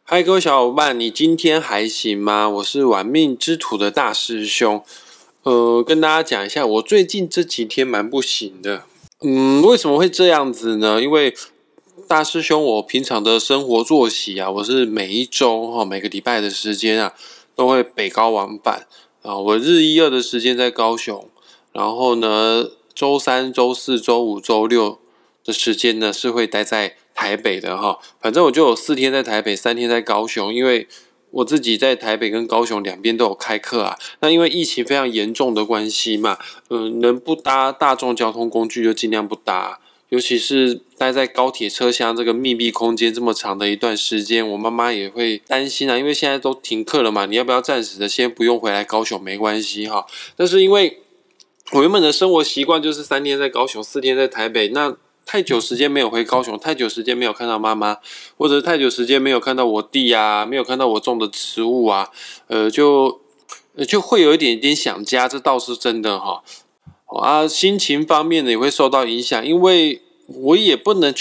嗨，各位小伙伴，你今天还行吗？我是玩命之徒的大师兄。跟大家讲一下，我最近这几天蛮不行的。为什么会这样子呢？因为大师兄我平常的生活作息啊，我是每一周每个礼拜的时间啊，都会北高往返啊。我日一二的时间在高雄，然后呢，周三、周四、周五、周六的时间呢是会待在台北的哈。反正我就有4天在台北，3天在高雄，因为我自己在台北跟高雄两边都有开课啊。那因为疫情非常严重的关系嘛，能不搭大众交通工具就尽量不搭。尤其是待在高铁车厢这个密闭空间这么长的一段时间，我妈妈也会担心啊，因为现在都停课了嘛，你要不要暂时的先不用回来高雄没关系哈。但是因为我原本的生活习惯就是3天在高雄，4天在台北，那太久时间没有回高雄，太久时间没有看到妈妈，或者太久时间没有看到我弟啊，没有看到我种的植物啊，就会有一点点想家，这倒是真的哈。心情方面呢也会受到影响，因为我也不能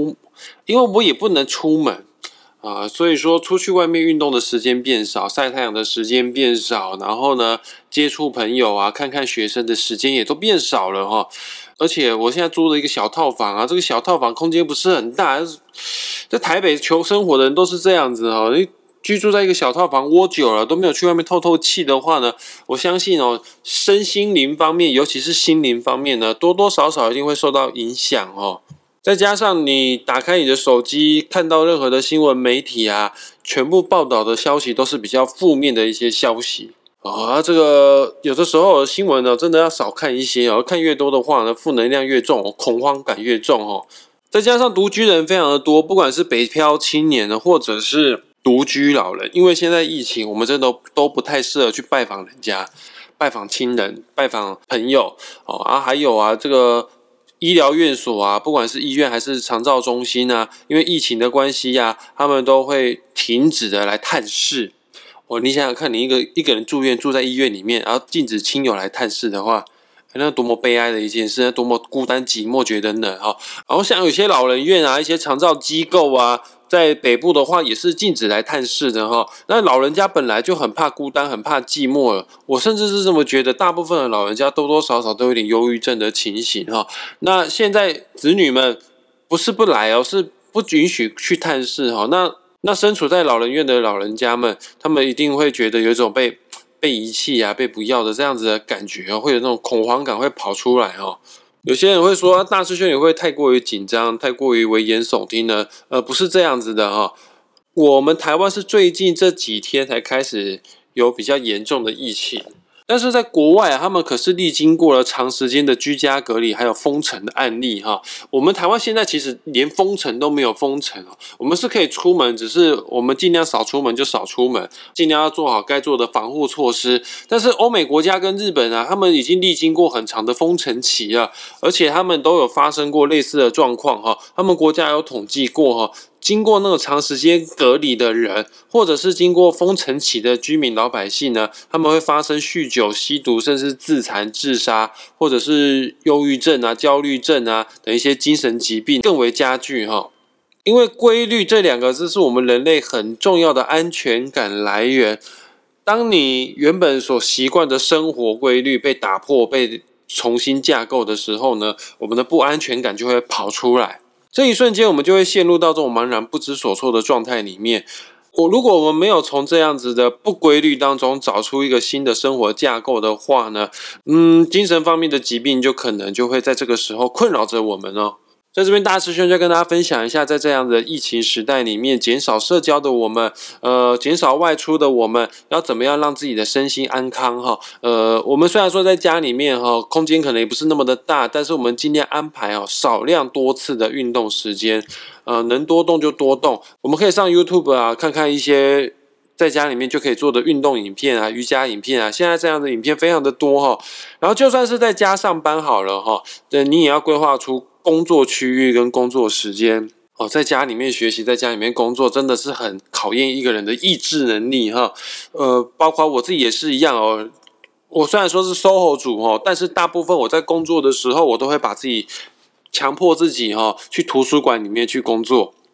出门啊，所以说出去外面运动的时间变少，晒太阳的时间变少，然后呢，接触朋友啊，看看学生的时间也都变少了哈。而且我现在租了一个小套房啊，这个小套房空间不是很大，在台北求生活的人都是这样子哈。居住在一个小套房窝久了，都没有去外面透透气的话呢，我相信身心灵方面，尤其是心灵方面呢，多多少少一定会受到影响哦。再加上你打开你的手机，看到任何的新闻媒体啊，全部报道的消息都是比较负面的一些消息这个有的时候新闻呢，真的要少看一些哦，看越多的话呢，负能量越重，恐慌感越重哦。再加上独居人非常的多，不管是北漂青年呢，或者是独居老人，因为现在疫情，我们真的都不太适合去拜访人家、拜访亲人、拜访朋友还有这个医疗院所啊，不管是医院还是长照中心啊，因为疫情的关系啊，他们都会停止的来探视。你想想看，你一个人住院，住在医院里面，然后禁止亲友来探视的话，那多么悲哀的一件事，那多么孤单寂寞觉得冷哈。然后像有些老人院啊，一些长照机构啊，在北部的话也是禁止来探视的哈。那老人家本来就很怕孤单，很怕寂寞了。我甚至是这么觉得，大部分的老人家多多少少都有点忧郁症的情形哈。那现在子女们不是不来是不允许去探视哈。那身处在老人院的老人家们，他们一定会觉得有一种被遗弃啊、被不要的这样子的感觉会有那种恐慌感会跑出来有些人会说大师兄也会太过于紧张、太过于危言耸听呢？不是这样子的我们台湾是最近这几天才开始有比较严重的疫情。但是在国外他们可是历经过了长时间的居家隔离，还有封城的案例我们台湾现在其实连封城都没有封城我们是可以出门，只是我们尽量少出门就少出门，尽量要做好该做的防护措施。但是欧美国家跟日本他们已经历经过很长的封城期了，而且他们都有发生过类似的状况他们国家有统计过经过那个长时间隔离的人，或者是经过封城期的居民老百姓呢，他们会发生酗酒、吸毒，甚至自残、自杀，或者是忧郁症啊、焦虑症啊等一些精神疾病更为加剧因为规律这2个字是我们人类很重要的安全感来源。当你原本所习惯的生活规律被打破、被重新架构的时候呢，我们的不安全感就会跑出来。这一瞬间，我们就会陷入到这种茫然不知所措的状态里面。如果我们没有从这样子的不规律当中找出一个新的生活架构的话呢，精神方面的疾病可能就会在这个时候困扰着我们在这边大师兄就跟大家分享一下，在这样的疫情时代里面，减少社交的我们，减少外出的我们，要怎么样让自己的身心安康我们虽然说在家里面空间可能也不是那么的大，但是我们尽量安排少量多次的运动时间，能多动就多动。我们可以上 YouTube 看看一些在家里面就可以做的运动影片瑜伽影片现在这样的影片非常的多然后就算是在家上班好了你也要规划出工作区域跟工作时间在家里面学习，在家里面工作，真的是很考验一个人的意志能力包括我自己也是一样我虽然说是 SOHO 主但是大部分我在工作的时候，我都会把自己强迫自己去图书馆里面去工作。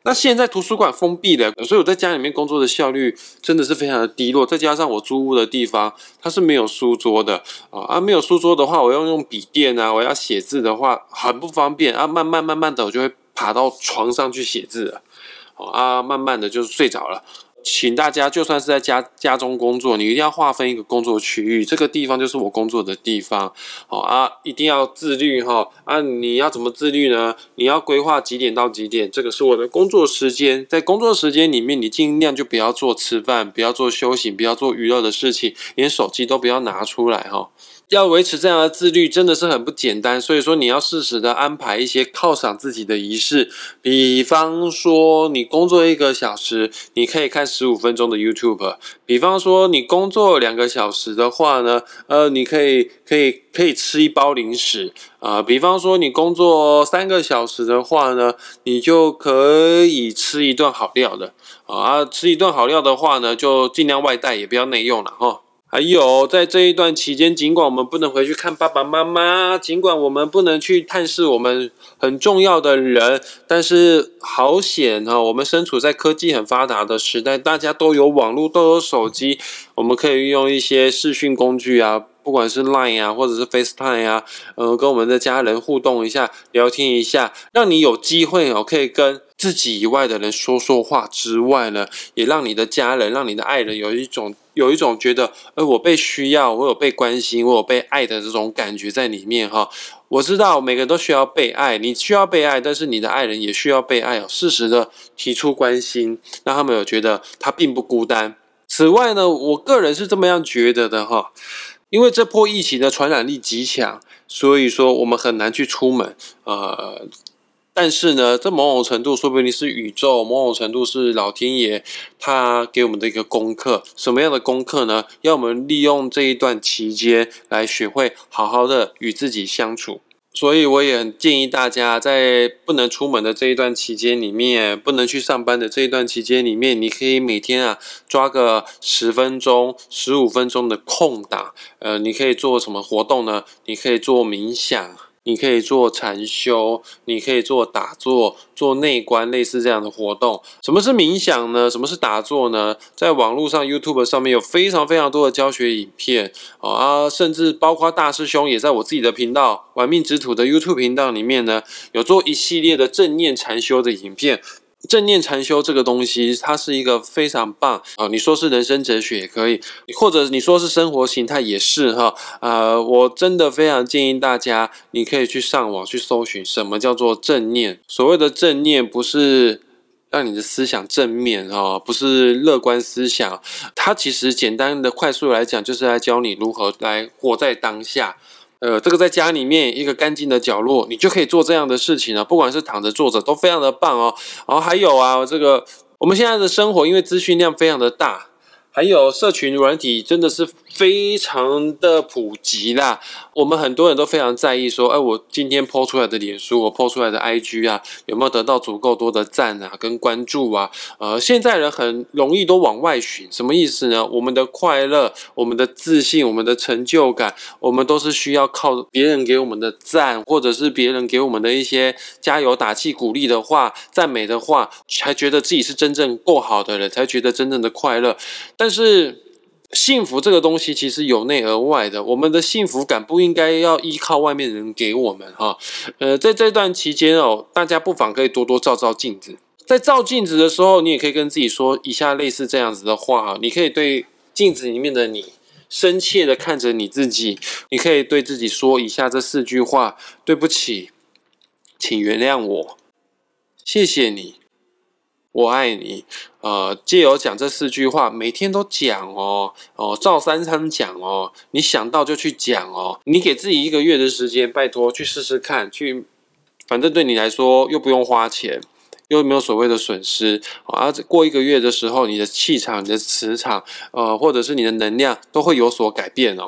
那现在图书馆封闭了，所以我在家里面工作的效率真的是非常的低落。再加上我租屋的地方它是没有书桌的没有书桌的话，我要用笔电啊，我要写字的话很不方便啊。慢慢的我就会爬到床上去写字了慢慢的就睡着了。请大家就算是在家中工作，你一定要划分一个工作区域，这个地方就是我工作的地方一定要自律你要怎么自律呢？你要规划几点到几点，这个是我的工作时间。在工作时间里面，你尽量就不要做吃饭，不要做休息，不要做娱乐的事情，连手机都不要拿出来要维持这样的自律真的是很不简单，所以说你要适时的安排一些犒赏自己的仪式，比方说你工作1个小时，你可以看15分钟的 YouTube， 比方说你工作2个小时的话呢，你可以吃1包零食比方说你工作3个小时的话呢，你就可以吃一顿好料的吃一顿好料的话呢，就尽量外带，也不要内用了还有在这一段期间，尽管我们不能回去看爸爸妈妈，尽管我们不能去探视我们很重要的人，但是好险我们身处在科技很发达的时代，大家都有网络，都有手机，我们可以运用一些视讯工具不管是 Line 或者是 FaceTime 跟我们的家人互动一下，聊天一下，让你有机会可以跟自己以外的人说话之外呢，也让你的家人，让你的爱人有一种觉得我被需要，我有被关心，我有被爱的这种感觉在里面我知道每个人都需要被爱，你需要被爱，但是你的爱人也需要被爱适时的提出关心，让他们有觉得他并不孤单。此外呢，我个人是这么样觉得的因为这波疫情的传染力极强，所以说我们很难去出门但是呢，这某种程度说不定是宇宙，某种程度是老天爷他给我们的一个功课。什么样的功课呢？要我们利用这一段期间来学会好好的与自己相处。所以我也很建议大家，在不能出门的这一段期间里面，不能去上班的这一段期间里面，你可以每天抓个10分钟、15分钟的空档。你可以做什么活动呢？你可以做冥想，你可以做禅修，你可以做打坐，做内观，类似这样的活动。什么是冥想呢？什么是打坐呢？在网络上 YouTube 上面有非常非常多的教学影片甚至包括大师兄也在我自己的频道玩命之徒的 YouTube 频道里面呢，有做一系列的正念禅修的影片。正念禅修这个东西，它是一个非常棒你说是人生哲学也可以，或者你说是生活形态也是我真的非常建议大家，你可以去上网去搜寻什么叫做正念。所谓的正念不是让你的思想正面不是乐观思想，它其实简单的快速来讲，就是来教你如何来活在当下。这个在家里面一个干净的角落，你就可以做这样的事情了，不管是躺着坐着都非常的棒然后还有这个我们现在的生活因为资讯量非常的大，还有社群软体真的是非常的普及啦。我们很多人都非常在意说我今天 po 出来的脸书，我 po 出来的 IG 有没有得到足够多的赞跟关注现在人很容易都往外寻，什么意思呢？我们的快乐，我们的自信，我们的成就感，我们都是需要靠别人给我们的赞，或者是别人给我们的一些加油打气鼓励的话，赞美的话，才觉得自己是真正够好的人，才觉得真正的快乐。但是幸福这个东西其实有内而外的，我们的幸福感不应该要依靠外面人给我们在这段期间大家不妨可以多多照照镜子。在照镜子的时候，你也可以跟自己说以下类似这样子的话你可以对镜子里面的你深切的看着你自己，你可以对自己说以下这4句话：对不起，请原谅我，谢谢你，我爱你。藉由讲这4句话，每天都讲照三餐讲你想到就去讲你给自己1个月的时间，拜托去试试看，反正对你来说又不用花钱，又没有所谓的损失过1个月的时候，你的气场、你的磁场或者是你的能量都会有所改变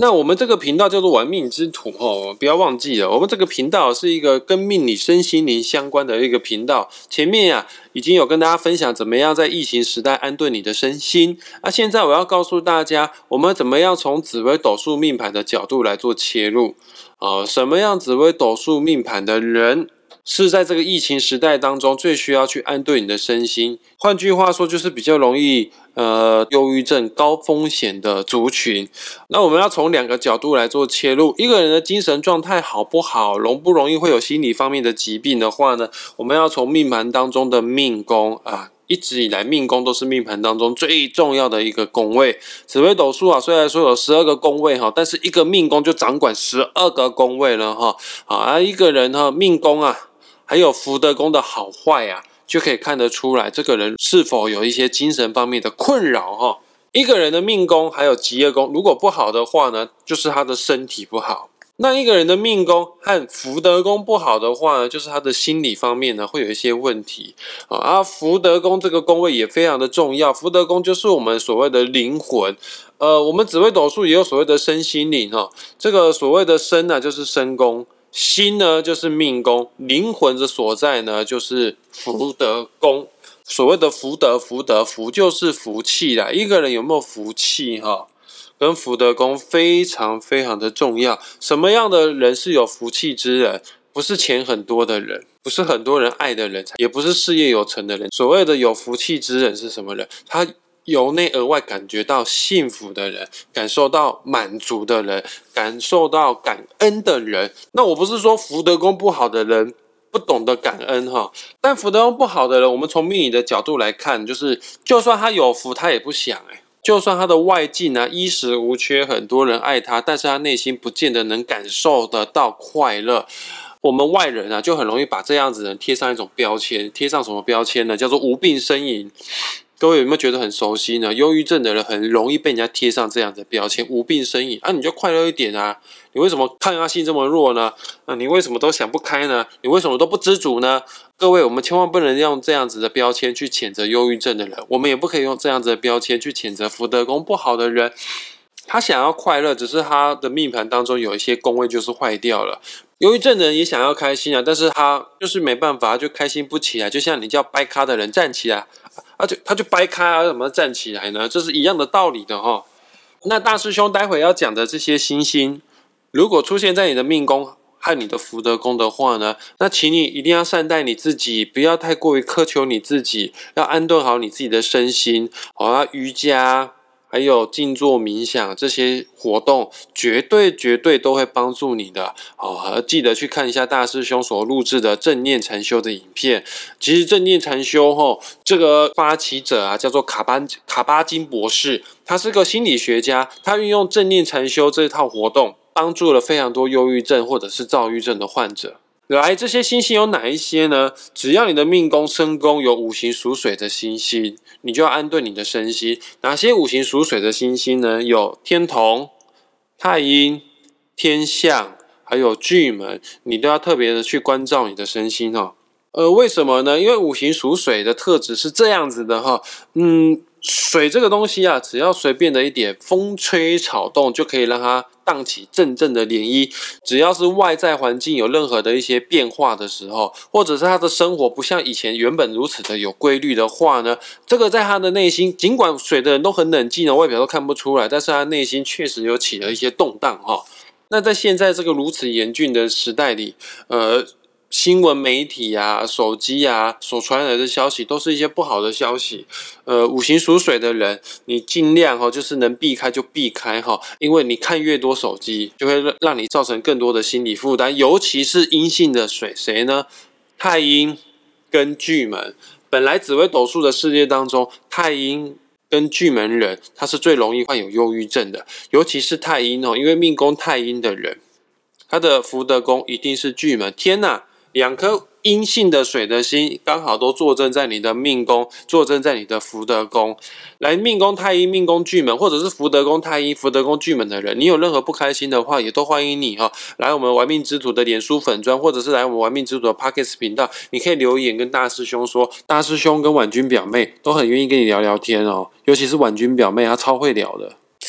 那我们这个频道叫做玩命之徒不要忘记了，我们这个频道是一个跟命理身心灵相关的一个频道。前面已经有跟大家分享怎么样在疫情时代安顿你的身心。现在我要告诉大家，我们怎么样从紫微斗数命盘的角度来做切入。什么样紫微斗数命盘的人是在这个疫情时代当中最需要去安顿你的身心？换句话说，就是比较容易忧郁症高风险的族群。那我们要从2个角度来做切入。一个人的精神状态好不好，容不容易会有心理方面的疾病的话呢，我们要从命盘当中的命宫一直以来命宫都是命盘当中最重要的一个宫位。紫微斗数虽然说有12个宫位但是一个命宫就掌管12个宫位了一个人命宫还有福德宫的好坏就可以看得出来这个人是否有一些精神方面的困扰一个人的命宫还有疾厄宫如果不好的话呢，就是他的身体不好。那一个人的命宫和福德宫不好的话呢，就是他的心理方面呢会有一些问题福德宫这个宫位也非常的重要。福德宫就是我们所谓的灵魂。我们紫微斗数也有所谓的身心灵这个所谓的身就是身宫，心呢就是命宫，灵魂的所在呢就是福德宫。所谓的福德，福就是福气啦。一个人有没有福气跟福德宫非常非常的重要。什么样的人是有福气之人？不是钱很多的人，不是很多人爱的人，也不是事业有成的人。所谓的有福气之人是什么人？他由内而外感觉到幸福的人，感受到满足的人，感受到感恩的人。那我不是说福德宫不好的人不懂得感恩但福德宫不好的人，我们从命理的角度来看，就算他有福他也不想就算他的外境衣食无缺，很多人爱他，但是他内心不见得能感受得到快乐。我们外人就很容易把这样子的人贴上一种标签。贴上什么标签呢？叫做无病呻吟。各位有没有觉得很熟悉呢？忧郁症的人很容易被人家贴上这样的标签，无病呻吟你就快乐一点你为什么抗压性这么弱呢？你为什么都想不开呢？你为什么都不知足呢？各位，我们千万不能用这样子的标签去谴责忧郁症的人，我们也不可以用这样子的标签去谴责福德宫不好的人。他想要快乐，只是他的命盘当中有一些宫位就是坏掉了。忧郁症的人也想要开心但是他就是没办法，他就开心不起来。就像你叫掰咖的人站起来他就掰咖怎么站起来呢？这是一样的道理的那大师兄待会要讲的这些星星，如果出现在你的命宫和你的福德宫的话呢，那请你一定要善待你自己，不要太过于苛求你自己，要安顿好你自己的身心瑜伽还有静坐冥想这些活动绝对都会帮助你的记得去看一下大师兄所录制的正念禅修的影片。其实正念禅修这个发起者叫做卡巴金博士，他是个心理学家，他运用正念禅修这套活动帮助了非常多忧郁症或者是躁郁症的患者。来，这些星星有哪一些呢？只要你的命宫身宫有五行属水的星星，你就要安顿你的身心。哪些五行属水的星星呢？有天同、太阴、天相还有巨门，你都要特别的去关照你的身心为什么呢？因为五行属水的特质是这样子的水这个东西只要随便的一点风吹草动就可以让它荡起阵阵的涟漪。只要是外在环境有任何的一些变化的时候，或者是他的生活不像以前原本如此的有规律的话呢，这个在他的内心，尽管水的人都很冷静外表都看不出来，但是他内心确实有起了一些动荡那在现在这个如此严峻的时代里新闻媒体手机所传来的消息都是一些不好的消息。五行属水的人，你尽量就是能避开就避开因为你看越多手机，就会让你造成更多的心理负担。尤其是阴性的水，谁呢？太阴跟巨门。本来紫微斗数的世界当中，太阴跟巨门人，他是最容易患有忧郁症的。尤其是太阴因为命宫太阴的人，他的福德宫一定是巨门。天哪！2颗阴性的水的星刚好都坐镇在你的命宫，坐镇在你的福德宫。来，命宫太阴、命宫巨门，或者是福德宫太阴、福德宫巨门的人，你有任何不开心的话，也都欢迎你来我们玩命之徒的脸书粉专，或者是来我们玩命之徒的 Podcast 频道，你可以留言跟大师兄说，大师兄跟婉君表妹都很愿意跟你聊聊天尤其是婉君表妹，她超会聊的。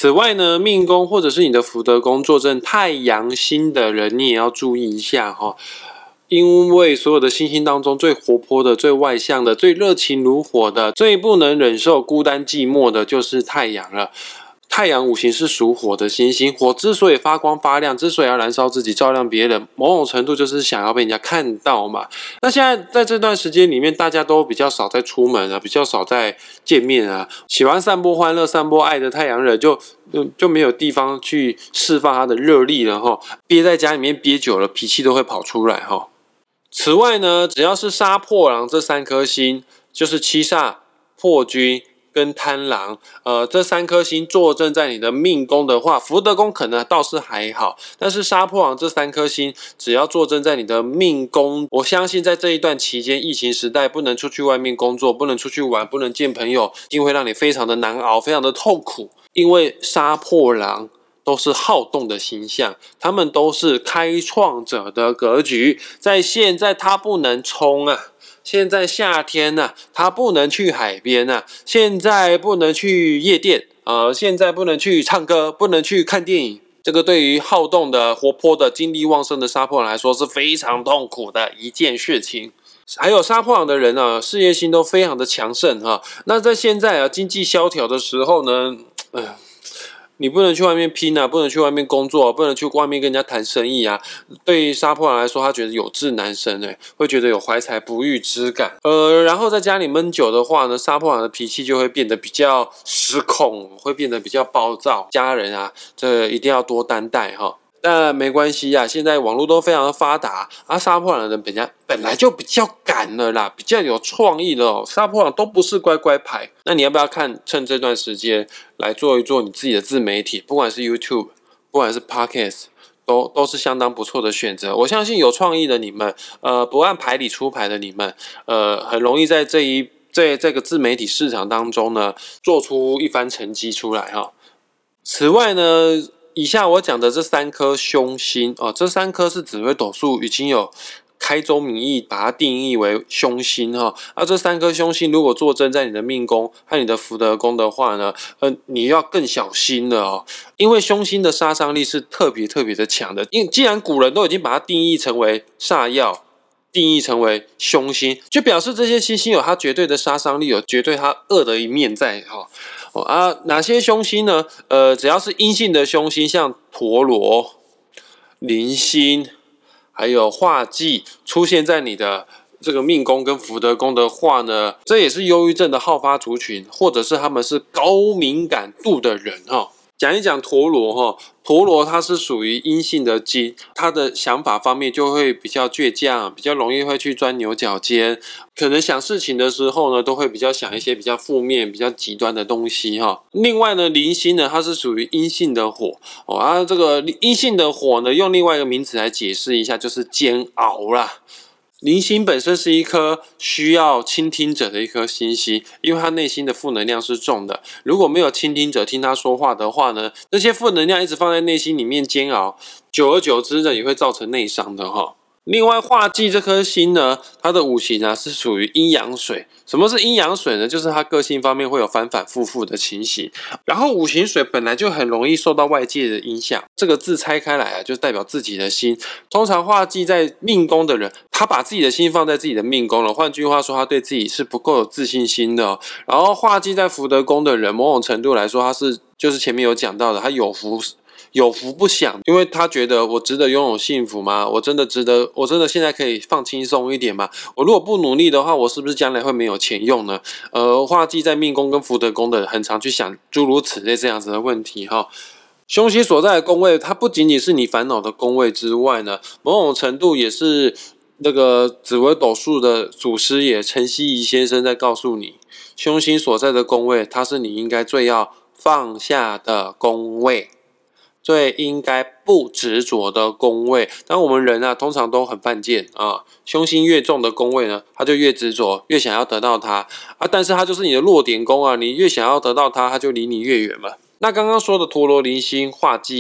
此外呢，命宫或者是你的福德宫坐镇太阳星的人，你也要注意一下哈。因为所有的星星当中最活泼的、最外向的、最热情如火的、最不能忍受孤单寂寞的，就是太阳了。太阳五行是属火的星星，火之所以发光发亮，之所以要燃烧自己照亮别人，某种程度就是想要被人家看到嘛。那现在在这段时间里面，大家都比较少在出门啊，比较少在见面啊，喜欢散播欢乐、散播爱的太阳人就没有地方去释放他的热力了哈，憋在家里面憋久了，脾气都会跑出来哈。此外呢，只要是杀破狼这3颗星，就是七煞、破军跟贪狼，这3颗星坐镇在你的命宫的话，福德宫可能倒是还好，但是杀破狼这3颗星只要坐镇在你的命宫，我相信在这一段期间，疫情时代不能出去外面工作，不能出去玩，不能见朋友，一定会让你非常的难熬，非常的痛苦，因为杀破狼都是好动的形象，他们都是开创者的格局，在现在他不能冲啊。现在夏天啊，他不能去海边啊，现在不能去夜店，现在不能去唱歌，不能去看电影。这个对于好动的、活泼的、精力旺盛的杀破狼来说是非常痛苦的一件事情。还有杀破狼的人啊，事业心都非常的强盛哈。那在现在啊，经济萧条的时候呢，你不能去外面拼啊，不能去外面工作，不能去外面跟人家谈生意啊。对于杀破狼来说，他觉得有志难伸，会觉得有怀才不遇之感。然后在家里闷久的话呢，杀破狼的脾气就会变得比较失控，会变得比较暴躁。家人啊，这一定要多担待哈。但没关系啊，现在网络都非常的发达啊，杀破狼的人本来就比较敢了啦，比较有创意了哦。杀破狼都不是乖乖牌，那你要不要趁这段时间来做一做你自己的自媒体？不管是 YouTube， 不管是 Podcast， 都是相当不错的选择。我相信有创意的你们，不按牌理出牌的你们，很容易在这个自媒体市场当中呢，做出一番成绩出来哈。此外呢，以下我讲的这3颗凶星这3颗是紫微斗数已经有开宗明义把它定义为凶星哈。这3颗凶星如果坐镇在你的命宫和你的福德宫的话呢，你要更小心了哦，因为凶星的杀伤力是特别的强的。既然古人都已经把它定义成为煞药，定义成为凶星，就表示这些星星有它绝对的杀伤力，有绝对它恶的一面在哈。哪些凶星呢？只要是阴性的凶星，像陀罗、铃星，还有化忌出现在你的这个命宫跟福德宫的话呢，这也是忧郁症的好发族群，或者是他们是高敏感度的人哈。讲一讲陀罗哈，陀罗它是属于阴性的金，他的想法方面就会比较倔强，比较容易会去钻牛角尖，可能想事情的时候呢，都会比较想一些比较负面、比较极端的东西哈。另外呢，铃星呢，它是属于阴性的火这个阴性的火呢，用另外一个名词来解释一下，就是煎熬啦。铃星本身是一颗需要倾听者的一颗星星，因为它内心的负能量是重的。如果没有倾听者听他说话的话呢，那些负能量一直放在内心里面煎熬，久而久之呢，也会造成内伤的哈。另外，化忌这颗星呢，它的五行是属于阴阳水。什么是阴阳水呢？就是它个性方面会有反反复复的情形。然后五行水本来就很容易受到外界的影响，这个字拆开来就代表自己的心。通常化忌在命宫的人，他把自己的心放在自己的命宫了，换句话说，他对自己是不够有自信心的然后化忌在福德宫的人，某种程度来说，他是就是前面有讲到的，他有福不享，因为他觉得我值得拥有幸福吗？我真的现在可以放轻松一点吗？我如果不努力的话，我是不是将来会没有钱用呢？化忌在命宫跟福德宫的人很常去想诸如此类这样子的问题哈。凶星所在的宫位，它不仅仅是你烦恼的宫位之外呢，某种程度也是那个紫微斗数的祖师爷陈希夷先生在告诉你，凶星所在的宫位，它是你应该最要放下的宫位。最应该不执着的宫位，但我们人通常都很犯贱凶星越重的宫位呢，他就越执着，越想要得到它但是它就是你的弱点宫你越想要得到它，它就离你越远了。那刚刚说的陀罗、铃星、化忌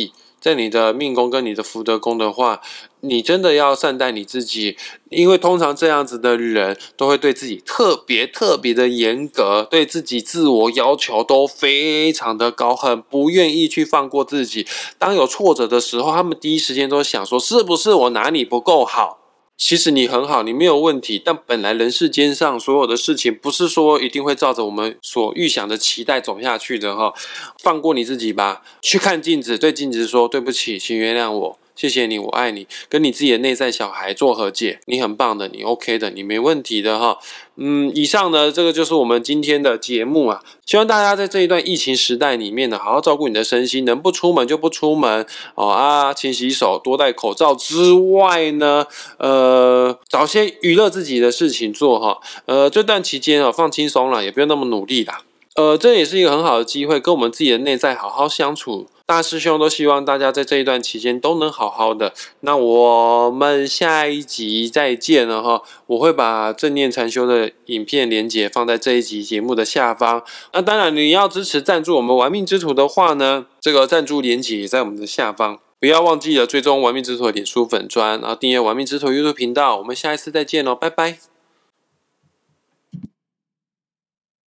在你的命宫跟你的福德宫的话，你真的要善待你自己，因为通常这样子的人都会对自己特别的严格，对自己自我要求都非常的高，很不愿意去放过自己。当有挫折的时候，他们第一时间都想说，是不是我哪里不够好？其实你很好，你没有问题，但本来人世间上所有的事情，不是说一定会照着我们所预想的期待走下去的哈。放过你自己吧，去看镜子，对镜子说对不起，请原谅我。谢谢你，我爱你，跟你自己的内在小孩做和解，你很棒的，你 OK 的，你没问题的哈。以上呢，这个就是我们今天的节目啊。希望大家在这一段疫情时代里面呢，好好照顾你的身心，能不出门就不出门勤洗手，多戴口罩之外呢，找些娱乐自己的事情做哈。这段期间放轻松了，也不用那么努力啦。这也是一个很好的机会，跟我们自己的内在好好相处。大师兄都希望大家在这一段期间都能好好的。那我们下一集再见了哈，我会把正念禅修的影片连结放在这一集节目的下方。那当然你要支持赞助我们玩命之徒的话呢，这个赞助连结也在我们的下方。不要忘记了追踪玩命之徒的脸书粉专，然后订阅玩命之徒 YouTube 频道。我们下一次再见咯，拜拜。